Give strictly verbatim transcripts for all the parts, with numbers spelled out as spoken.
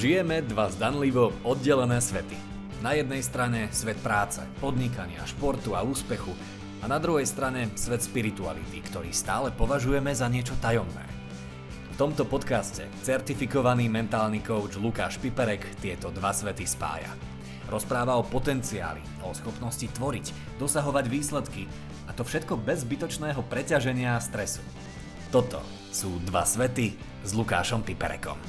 Žijeme dva zdanlivo oddelené svety. Na jednej strane svet práce, podnikania, športu a úspechu a na druhej strane svet spirituality, ktorý stále považujeme za niečo tajomné. V tomto podcaste certifikovaný mentálny coach Lukáš Piperek tieto dva svety spája. Rozpráva o potenciáli, o schopnosti tvoriť, dosahovať výsledky a to všetko bez zbytočného preťaženia a stresu. Toto sú dva svety s Lukášom Piperekom.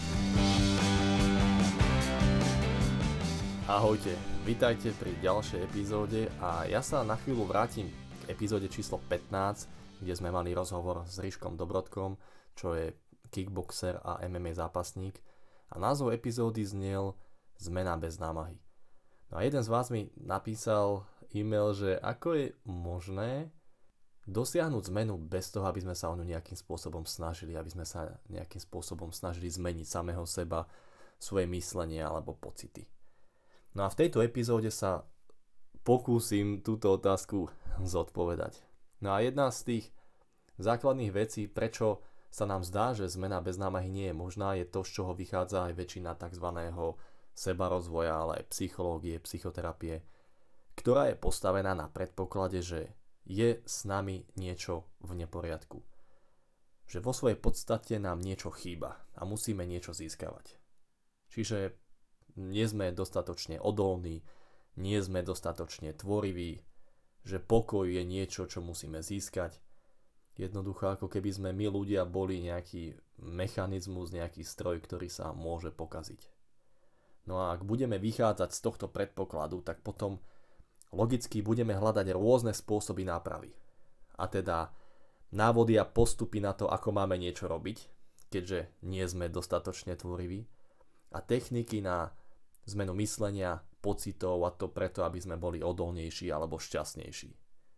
Ahojte, vítajte pri ďalšej epizóde a ja sa na chvíľu vrátim k epizóde číslo pätnásť, kde sme mali rozhovor s Riškom Dobrodkom, čo je kickboxer a em em á zápasník a názov epizódy znel Zmena bez námahy. No a jeden z vás mi napísal e-mail, že ako je možné dosiahnuť zmenu bez toho, aby sme sa o ňu nejakým spôsobom snažili, aby sme sa nejakým spôsobom snažili zmeniť samého seba, svoje myslenie alebo pocity. No a v tejto epizóde sa pokúsim túto otázku zodpovedať. No a jedna z tých základných vecí, prečo sa nám zdá, že zmena bez námahy nie je možná, je to, z čoho vychádza aj väčšina tzv. Sebarozvoja, ale aj psychológie, psychoterapie, ktorá je postavená na predpoklade, že je s nami niečo v neporiadku. Že vo svojej podstate nám niečo chýba a musíme niečo získavať. Čiže nie sme dostatočne odolní, nie sme dostatočne tvoriví, že pokoj je niečo, čo musíme získať. Jednoducho, ako keby sme my ľudia boli nejaký mechanizmus, nejaký stroj, ktorý sa môže pokaziť. No a ak budeme vychádzať z tohto predpokladu, tak potom logicky budeme hľadať rôzne spôsoby nápravy. A teda návody a postupy na to, ako máme niečo robiť, keďže nie sme dostatočne tvoriví, a techniky na zmenu myslenia, pocitov, a to preto, aby sme boli odolnejší alebo šťastnejší.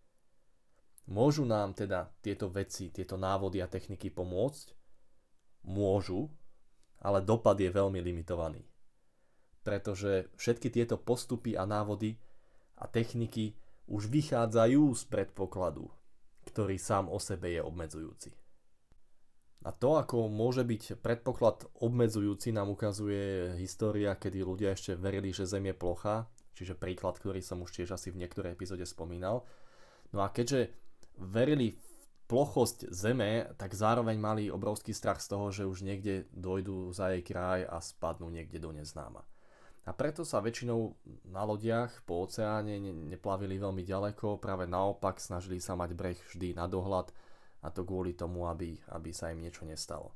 Môžu nám teda tieto veci, tieto návody a techniky pomôcť? Môžu, ale dopad je veľmi limitovaný. Pretože všetky tieto postupy a návody a techniky už vychádzajú z predpokladu, ktorý sám o sebe je obmedzujúci. A to, ako môže byť predpoklad obmedzujúci, nám ukazuje história, kedy ľudia ešte verili, že Zem je plochá, čiže príklad, ktorý som už tiež asi v niektorej epizóde spomínal. No a keďže verili v plochosť Zeme, tak zároveň mali obrovský strach z toho, že už niekde dojdú za jej kraj a spadnú niekde do neznáma. A preto sa väčšinou na lodiach po oceáne neplavili veľmi ďaleko, práve naopak snažili sa mať breh vždy na dohľad, a to kvôli tomu, aby, aby sa im niečo nestalo.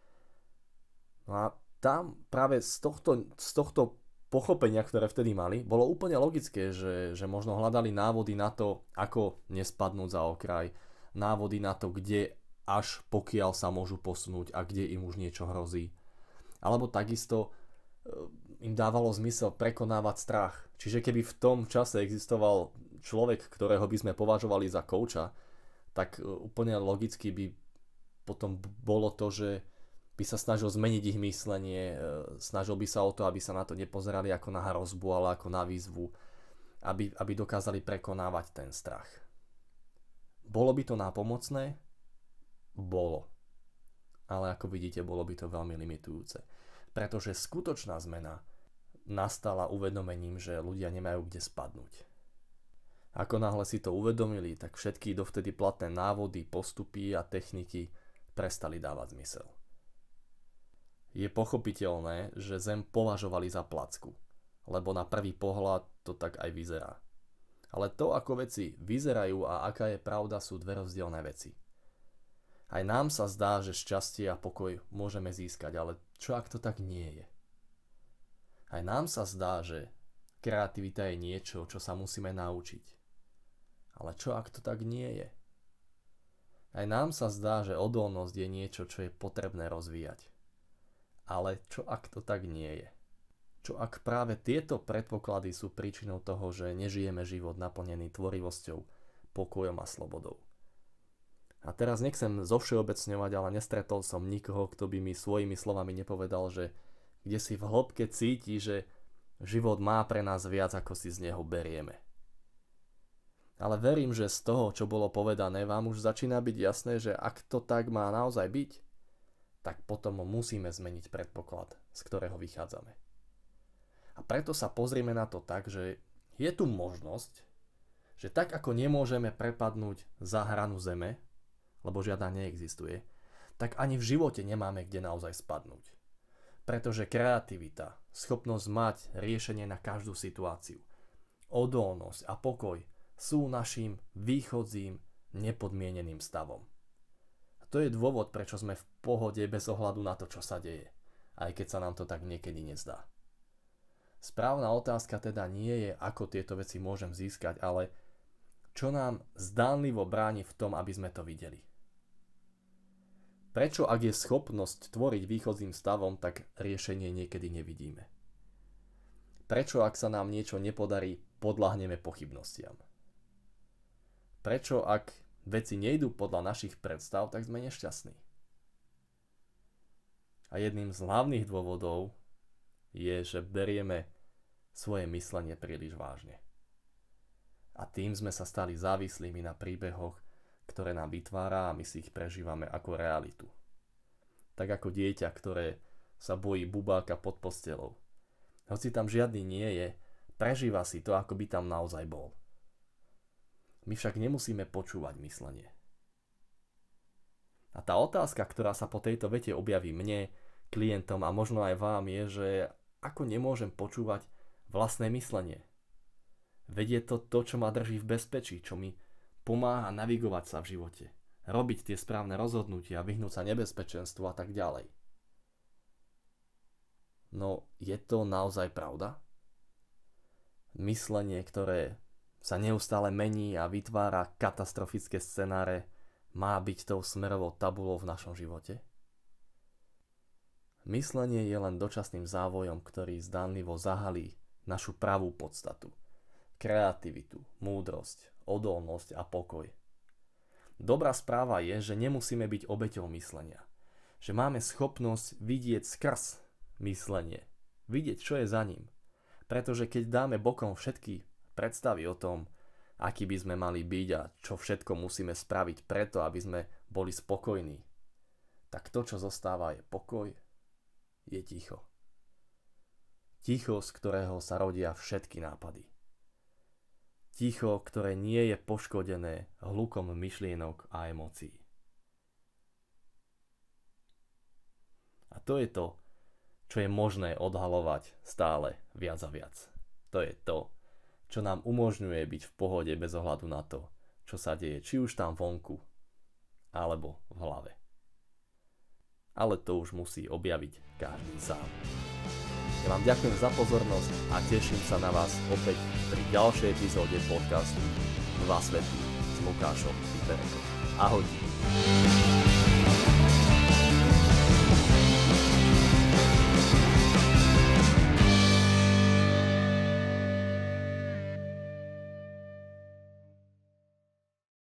No a tam práve z tohto, z tohto pochopenia, ktoré vtedy mali, bolo úplne logické, že, že možno hľadali návody na to, ako nespadnúť za okraj, návody na to, kde až pokiaľ sa môžu posunúť a kde im už niečo hrozí. Alebo takisto im dávalo zmysel prekonávať strach. Čiže keby v tom čase existoval človek, ktorého by sme považovali za kouča, tak úplne logicky by potom bolo to, že by sa snažil zmeniť ich myslenie, snažil by sa o to, aby sa na to nepozerali ako na hrozbu, ale ako na výzvu, aby, aby dokázali prekonávať ten strach. Bolo by to nápomocné? Bolo. Ale ako vidíte, bolo by to veľmi limitujúce. Pretože skutočná zmena nastala uvedomením, že ľudia nemajú kde spadnúť. Ako náhle si to uvedomili, tak všetky dovtedy platné návody, postupy a techniky prestali dávať zmysel. Je pochopiteľné, že Zem považovali za placku, lebo na prvý pohľad to tak aj vyzerá. Ale to, ako veci vyzerajú a aká je pravda, sú dve rozdielne veci. Aj nám sa zdá, že šťastie a pokoj môžeme získať, ale čo ak to tak nie je? Aj nám sa zdá, že kreativita je niečo, čo sa musíme naučiť. Ale čo ak to tak nie je? Aj nám sa zdá, že odolnosť je niečo, čo je potrebné rozvíjať. Ale čo ak to tak nie je? Čo ak práve tieto predpoklady sú príčinou toho, že nežijeme život naplnený tvorivosťou, pokojom a slobodou? A teraz nechcem zovšeobecňovať, ale nestretol som nikoho, kto by mi svojimi slovami nepovedal, že kde si v hĺbke cíti, že život má pre nás viac, ako si z neho berieme. Ale verím, že z toho, čo bolo povedané, vám už začína byť jasné, že ak to tak má naozaj byť, tak potom musíme zmeniť predpoklad, z ktorého vychádzame. A preto sa pozrieme na to tak, že je tu možnosť, že tak ako nemôžeme prepadnúť za hranu zeme, lebo žiadna neexistuje, tak ani v živote nemáme kde naozaj spadnúť. Pretože kreativita, schopnosť mať riešenie na každú situáciu, odolnosť a pokoj sú naším východzím nepodmieneným stavom. A to je dôvod, prečo sme v pohode bez ohľadu na to, čo sa deje, aj keď sa nám to tak niekedy nezdá. Správna otázka teda nie je, ako tieto veci môžem získať, ale čo nám zdánlivo bráni v tom, aby sme to videli. Prečo, ak je schopnosť tvoriť východzím stavom, tak riešenie niekedy nevidíme? Prečo, ak sa nám niečo nepodarí, podľahneme pochybnostiam? Prečo, ak veci nejdú podľa našich predstav, tak sme nešťastní? A jedným z hlavných dôvodov je, že berieme svoje myslenie príliš vážne. A tým sme sa stali závislými na príbehoch, ktoré nám vytvára a my si ich prežívame ako realitu. Tak ako dieťa, ktoré sa bojí bubáka pod postelou. Hoci tam žiadny nie je, prežíva si to, ako by tam naozaj bol. My však nemusíme počúvať myslenie. A tá otázka, ktorá sa po tejto vete objaví mne, klientom a možno aj vám, je, že ako nemôžem počúvať vlastné myslenie. Veď je to to, čo ma drží v bezpečí, čo mi pomáha navigovať sa v živote, robiť tie správne rozhodnutia, vyhnúť sa nebezpečenstvu a tak ďalej. No, je to naozaj pravda? Myslenie, ktoré sa neustále mení a vytvára katastrofické scenáre, má byť tou smerovou tabulou v našom živote? Myslenie je len dočasným závojom, ktorý zdánlivo zahalí našu pravú podstatu. Kreativitu, múdrosť, odolnosť a pokoj. Dobrá správa je, že nemusíme byť obeťou myslenia. Že máme schopnosť vidieť skrz myslenie. Vidieť, čo je za ním. Pretože keď dáme bokom všetky predstavy o tom, aký by sme mali byť a čo všetko musíme spraviť preto, aby sme boli spokojní, tak to, čo zostáva, je pokoj, je ticho. Ticho, z ktorého sa rodia všetky nápady. Ticho, ktoré nie je poškodené hlukom myšlienok a emócií. A to je to, čo je možné odhalovať stále viac a viac. To je to, čo nám umožňuje byť v pohode bez ohľadu na to, čo sa deje, či už tam vonku, alebo v hlave. Ale to už musí objaviť každý sám. Ja vám ďakujem za pozornosť a teším sa na vás opäť pri ďalšej epizóde podcastu Dva svety s Lukášom Piperekom. Ahojte.